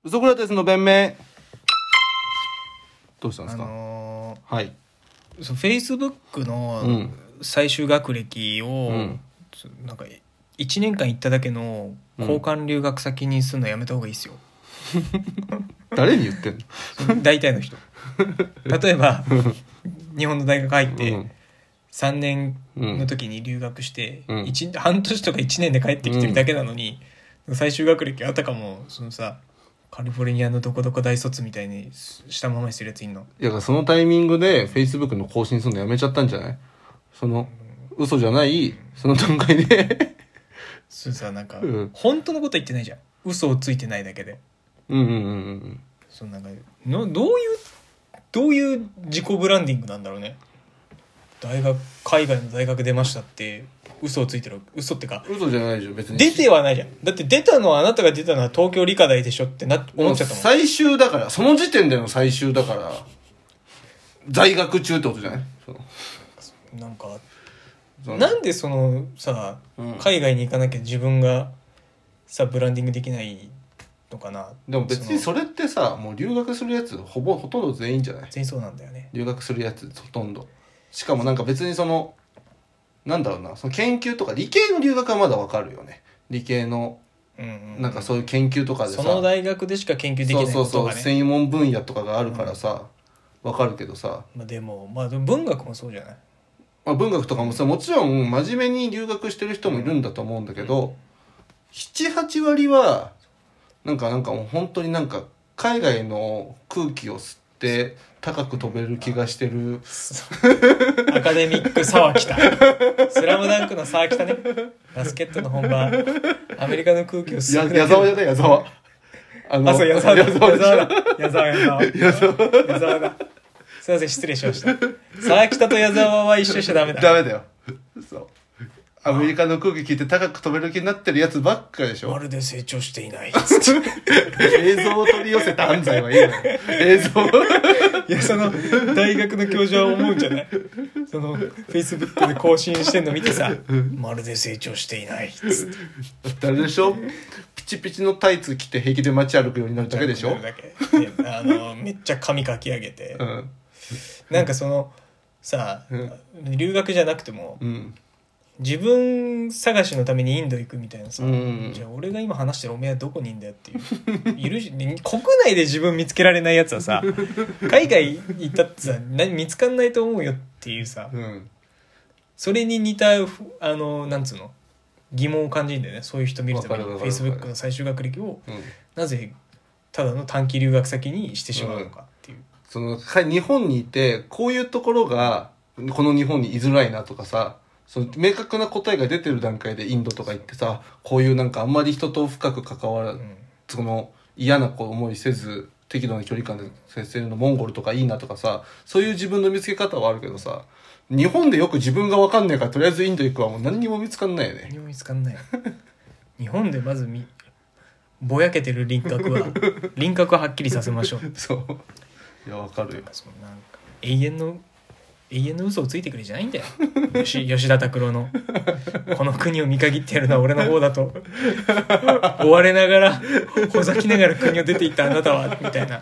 ウソクラテスの弁明。どうしたんですか？はい。 そう、Facebook の最終学歴を、なんか1年間行っただけの交換留学先にするのやめた方がいいですよ。 誰に言ってんの？大体の人。例えば日本の大学入って3年の時に留学して、半年とか1年で帰ってきてるだけなのに、最終学歴あたかもそのさ、カリフォルニアのどこどこ大卒みたいにしたままにするやついんの？ いや、そのタイミングで Facebook の更新するのやめちゃったんじゃない？その嘘じゃないその段階でそうさ、なんか、本当のこと言ってないじゃん。嘘をついてないだけで。そのなんかどういう自己ブランディングなんだろうね。海外の大学出ましたって嘘をついてる。嘘ってか嘘じゃないじゃん別に。 出てはないじゃん。だって出たのはあなたが出たのは東京理科大でしょって思っちゃったもん。 最終だから、その時点での最終だから在学中ってことじゃない？ なんかなんでそのさ、海外に行かなきゃ自分がさブランディングできないのかな。 でも別にそれってさ、もう留学するやつほとんど全員じゃない？ 全員そうなんだよね。 留学するやつほとんど。しかもなんか別にそのなんだろうな、その研究とか理系の留学はまだわかるよね。理系のなんかそういう研究とかでさ、 その大学でしか研究できないことがね、 専門分野とかがあるからさ、わかるけどさ、 でも文学もそうじゃない？ 文学とかもさ、もちろん真面目に留学してる人もいるんだと思うんだけど、7、8割はなんかもう本当になんか海外の空気を吸って高く飛べる気がしてるアカデミック沢北スラムダンクの沢北ね。バスケットの本場アメリカの空気を吸って矢沢じゃない？矢沢そう矢沢だ。すいません、失礼しました。沢北と矢沢は一緒しちゃダメだ。 ダメだよ。そう。アメリカの空気聞いて高く飛べる気になってるやつばっかでしょ。 まるで成長していない。 映像を取り寄せた安西はいいのよ。映像。 いや、その大学の教授は思うんじゃない？その Facebook で更新してんの見てさ、まるで成長していない。 あれでしょ？ピチピチのタイツ着て平気で街歩くようになるだけでしょ？ めっちゃ髪かき上げて、なんかそのさ、留学じゃなくても、自分探しのためにインド行くみたいなさ、じゃあ俺が今話してるおめえはどこにいんだよっていういるし、国内で自分見つけられないやつはさ、海外行ったってさ見つかんないと思うよっていうさ、それに似たなんつうの疑問を感じるんだよね。そういう人見るたびに Facebook の最終学歴を、なぜただの短期留学先にしてしまうのかっていう、 その日本にいてこういうところがこの日本に居づらいなとかさ、その明確な答えが出てる段階でインドとか行ってさ、こういうなんかあんまり人と深く関わらず、その嫌な思いせず適度な距離感で接せるのモンゴルとかいいなとかさ、そういう自分の見つけ方はあるけどさ、日本でよく自分が分かんないからとりあえずインド行くはもう何にも見つかんないよね。 何にも見つかんない日本でまずぼやけてる輪郭ははっきりさせましょう。 そういや分かるよ。 なんか永遠の嘘をついてくれじゃないんだよ。吉田拓郎のこの国を見限ってやるのは俺の方だと追われながらほざきながら国を出ていったあなたはみたいな。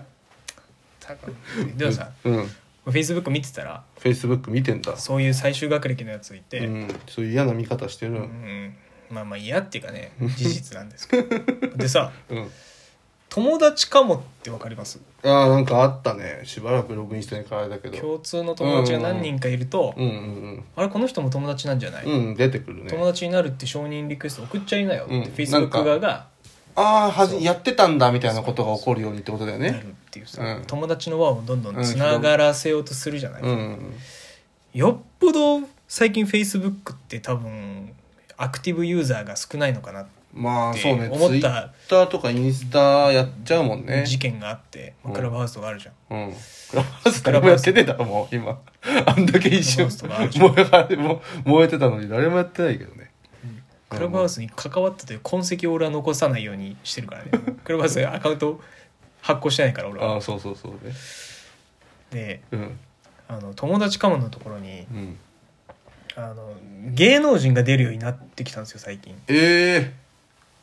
でもさ、Facebook 見てたら Facebook 見てんだ。 そういう最終学歴のやついて、 そういう嫌な見方してる。 まあ嫌っていうかね、事実なんですけどでさ、友達かもってわかります？ なんかあったね。しばらくログインしてないからあれだけど、 共通の友達が何人かいると、あれこの人も友達なんじゃない？ 出てくるね。 友達になるって承認リクエスト送っちゃいなよって、Facebook 側がやってたんだみたいなことが起こるようにってことだよね。 なるっていうさ、友達の輪をどんどんつながらせようとするじゃないですか。よっぽど最近 Facebook って多分アクティブユーザーが少ないのかなってまあそうね、 思った。 Twitter とかインスタやっちゃうもんね。 事件があって、クラブハウスとかあるじゃん。 クラブハウス誰もやってねえだろもう今。あんだけ一瞬燃えてたのに誰もやってないけどね。 クラブハウスに関わったという痕跡を俺は残さないようにしてるからね。クラブハウスでアカウント発行してないから俺は。 そうね。 で、友達かものところに、芸能人が出るようになってきたんですよ最近。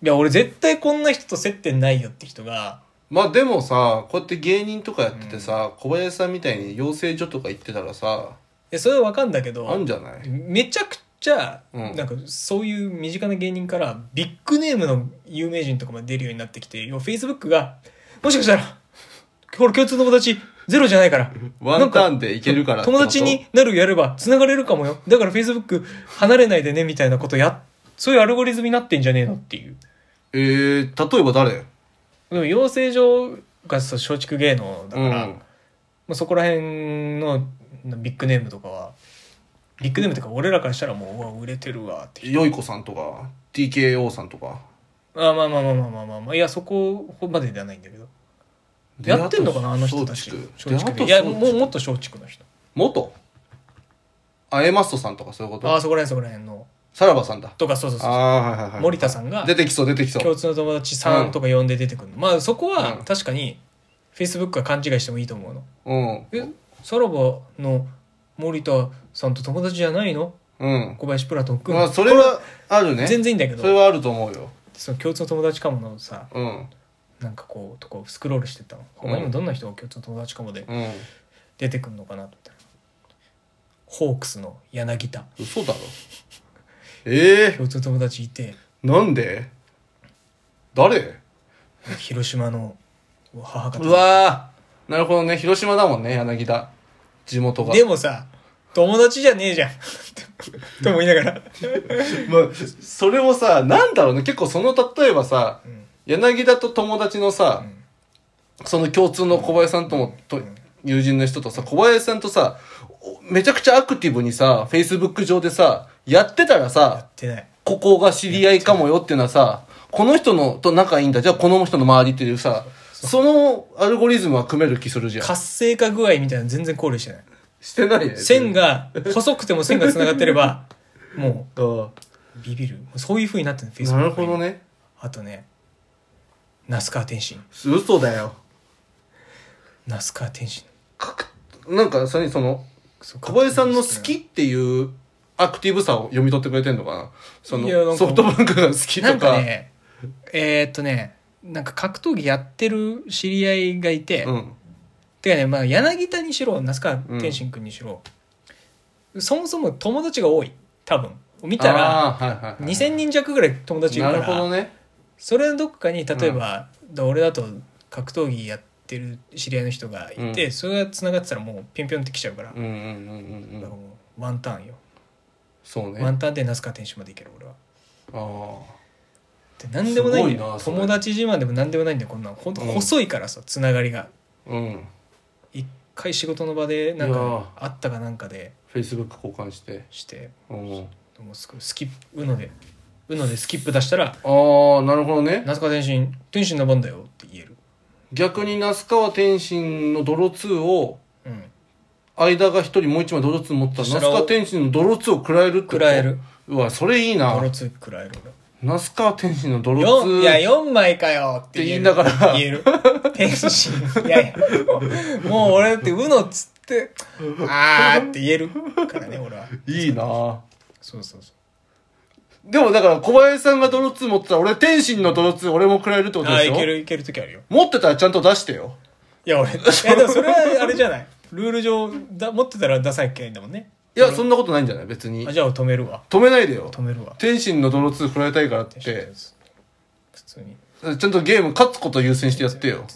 いや俺絶対こんな人と接点ないよって人が、 まあでもさ、こうやって芸人とかやっててさ、小林さんみたいに養成所とか行ってたらさ、 いやそれは分かんだけど、 あんじゃない？ めちゃくちゃ、 うんなんかそういう身近な芸人からビッグネームの有名人とかまで出るようになってきて、要は Facebook がもしかしたらこれ共通の友達ゼロじゃないからワンターンでいけるからってこと。 友達になるやれば繋がれるかもよ、だから Facebook 離れないでねみたいなことそういうアルゴリズムになってんじゃねえのっていう。 例えば誰？ でも養成所が松竹芸能だから、もうそこら辺のビッグネームとかはビッグネームとか俺らからしたらもう、うわ売れてるわってよいこさんとか TKO さんとか。 まあいやそこまでではないんだけど、やってんのかなあの人たち。松竹いやもっと松竹の人。 元エマストさんとかそういうこと？ そこら辺のさらばさんだとか、そうはいはいはい、 森田さんが出てきそう共通の友達さんとか呼んで出てくるの、まあそこは確かに Facebook は勘違いしてもいいと思うの。さらばの森田さんと友達じゃないの？小林プラトン君。 それはあるね。 全然いいんだけど、 それはあると思うよ。 その共通の友達かものさ、なんかこうとこスクロールしてたの。他にもどんな人が共通の友達かもで出てくるのかなと思ったら、ホークスの柳田。 嘘だろ。 共通の友達いて。 なんで？誰？ 広島の母方。 うわー、なるほどね。広島だもんね、柳田。地元が。 でもさ、友達じゃねえじゃんと思いながらまあ、それもさ、なんだろうね。結構その例えばさ、柳田と友達のさ、その共通の小林さんとも、友人の人とさ、小林さんとさ、めちゃくちゃアクティブにさ、Facebook 上でさ、やってたらさ、ここが知り合いかもよっていうのはさ、この人のと仲いいんだ、じゃあこの人の周りっていうさ、そのアルゴリズムは組める気するじゃん。 活性化具合みたいなの全然考慮してない。 してないね。 線が、細くても線が繋がってれば、もう、ビビる。そういう風になってるの、Facebook。 なるほどね。 あとね、那須川天心。 嘘だよ。 那須川天心。 なんか、その、小林さんの好きっていうアクティブさを読み取ってくれてんのかな。そのソフトバンクが好きとか。 なんかね、なんか格闘技やってる知り合いがいて、てかね、まあ柳田にしろ那須川天心君にしろ、そもそも友達が多い。多分見たら2000人弱ぐらい友達いるから。 なるほどね。 それのどっかに例えば、俺だと格闘技やってる知り合いの人がいて、それが繋がってたらもうピョンピョンってきちゃうから、だからもうワンターンよ。 そうね。 ワンターンで那須川天心までいける俺は。で何でもないんだよ。友達自慢でも何でもないんだよ。こんなのほんと細いからさ、つながりが。一回仕事の場でなんかあったかなんかで Facebook 交換してもうスキップうのでスキップ出したら、 なるほどね。 那須川天心の番だよって言える。 逆に那須川天心のドロ2を、間が一人もう一枚ドロ2持ったら那須川天心のドロ2を食らえるってこと？ 食らえる。 うわ、それいいな。 ドロ2食らえる。 那須川天心のドロ2。 いや、4枚かよって言いながら言える。天心。いや、もう俺だって、うのっつって、って言えるからね、俺は。 いいな。 そう。 でもだから小林さんがドロ2持ってたら、俺天心のドロ2俺も食らえるってことでしょ？ いける時あるよ。 持ってたらちゃんと出してよ。 いや、でもそれはあれじゃない。ルール上、持ってたら出さなきゃいけないんだもんね。 いや、そんなことないんじゃない別に。 じゃあ止めるわ。 止めないでよ。 止めるわ。 天心のドロ2食らいたいからって。 普通に。 ちゃんとゲーム勝つこと優先してやってよ。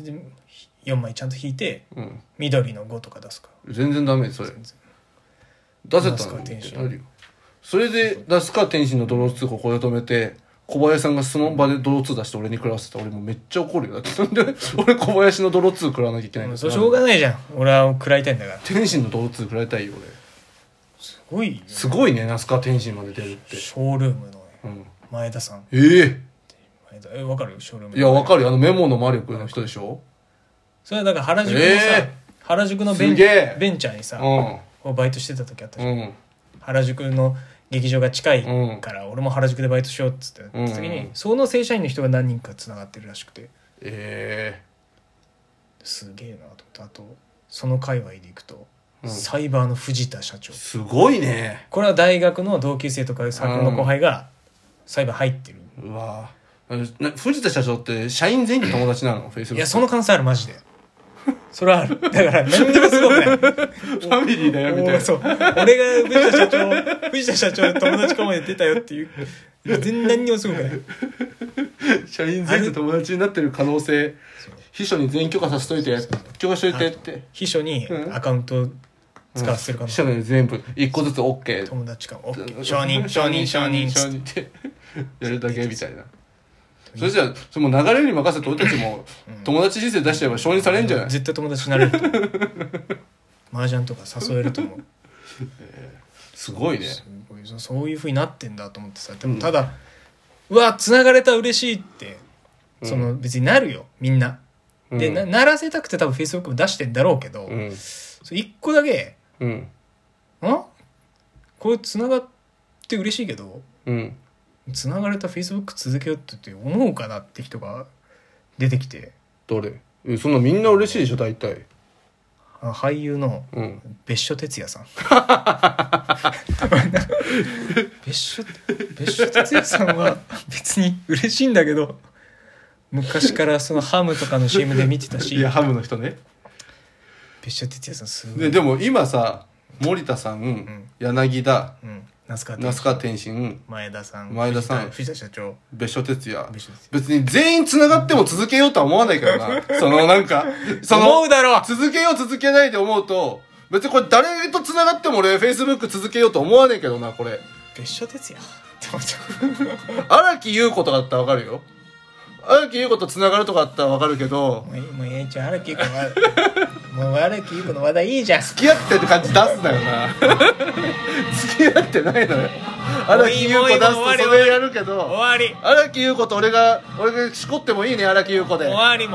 4枚ちゃんと引いて、緑の5とか出すか。 全然ダメそれ。出せたのにってなるよ。それで那須川天心のドロ2ここで止めて、小林さんがその場でドロ2出して俺に食らわせたら俺もうめっちゃ怒るよ。だってなんで俺小林のドロ2食らわなきゃいけないんだ。 それしょうがないじゃん。俺は食らいたいんだから。 天心のドロ2食らいたいよ俺。すごいね、那須川天心まで出るって。 ショールームの前田さん。わかる？ショールーム。 いや、わかるよ。メモの魔力の人でしょ？ それはだから原宿のさ、原宿のベンチャーにさ、バイトしてた時あったじゃん。原宿の劇場が近いから、俺も原宿でバイトしようっつって時に、その正社員の人が何人かつながってるらしくて。すげえなと思って。あと、その界隈で行くと、サイバーの藤田社長。 すごいね。 これは大学の同級生とかサークルの後輩がサイバー入ってる。 うわ藤田社長って社員全員友達なの？ Facebook。 いや、その可能性ある、マジで。それはある。だから何にもすごくない。ファミリーだよみたいな。 そう。俺が藤田社長友達かもで出たよっていう。全然何にもすごくない。 社員全員と友達になってる可能性。秘書に全員許可させといて、許可しといてって。 秘書にアカウント使わせてるかも。 秘書に全部一個ずつ OK。 友達かも。承認ってやるだけみたいな。それじゃあその流れに任せて俺たちも友達人生出しちゃえば承認されるんじゃない？ 絶対友達になれると思う。麻雀とか誘えると思う。 すごいね。 すごい、そういう風になってんだと思ってさ。でもただ、うわ繋がれた嬉しいってその別になるよみんな。でならせたくて多分 Facebook も出してんだろうけど、一個だけ、これ繋がって嬉しいけど。つながれた Facebook 続けようって思うかなって人が出てきて。 誰？そんなみんな嬉しいでしょ大体。 俳優の別所哲也さん。別所哲也さんは別に嬉しいんだけど、昔からそのハムとかの CM で見てたし。 いやハムの人ね。 別所哲也さんすごい。 でも今さ森田さん、柳田、 那須川天心、前田さん、藤田社長、 別所哲也。別に全員繋がっても続けようとは思わないからな。そのなんか、 思うだろう。 続けよう続けないで思うと、別にこれ誰と繋がっても俺 Facebook 続けようと思わないけどな、これ。 別所哲也って思っちゃう。 荒木優子とかだったらわかるよ。荒木優子と繋がるとかだったらわかるけど。 もうええじゃん、荒木優子は。もう荒木優子の話題いいじゃん。 付き合ってって感じ出すなよな。付き合ってないのよ。荒木優子出すとそれやるけど。 終わり。 荒木優子と俺がしこってもいいね、荒木優子で。 終わりも。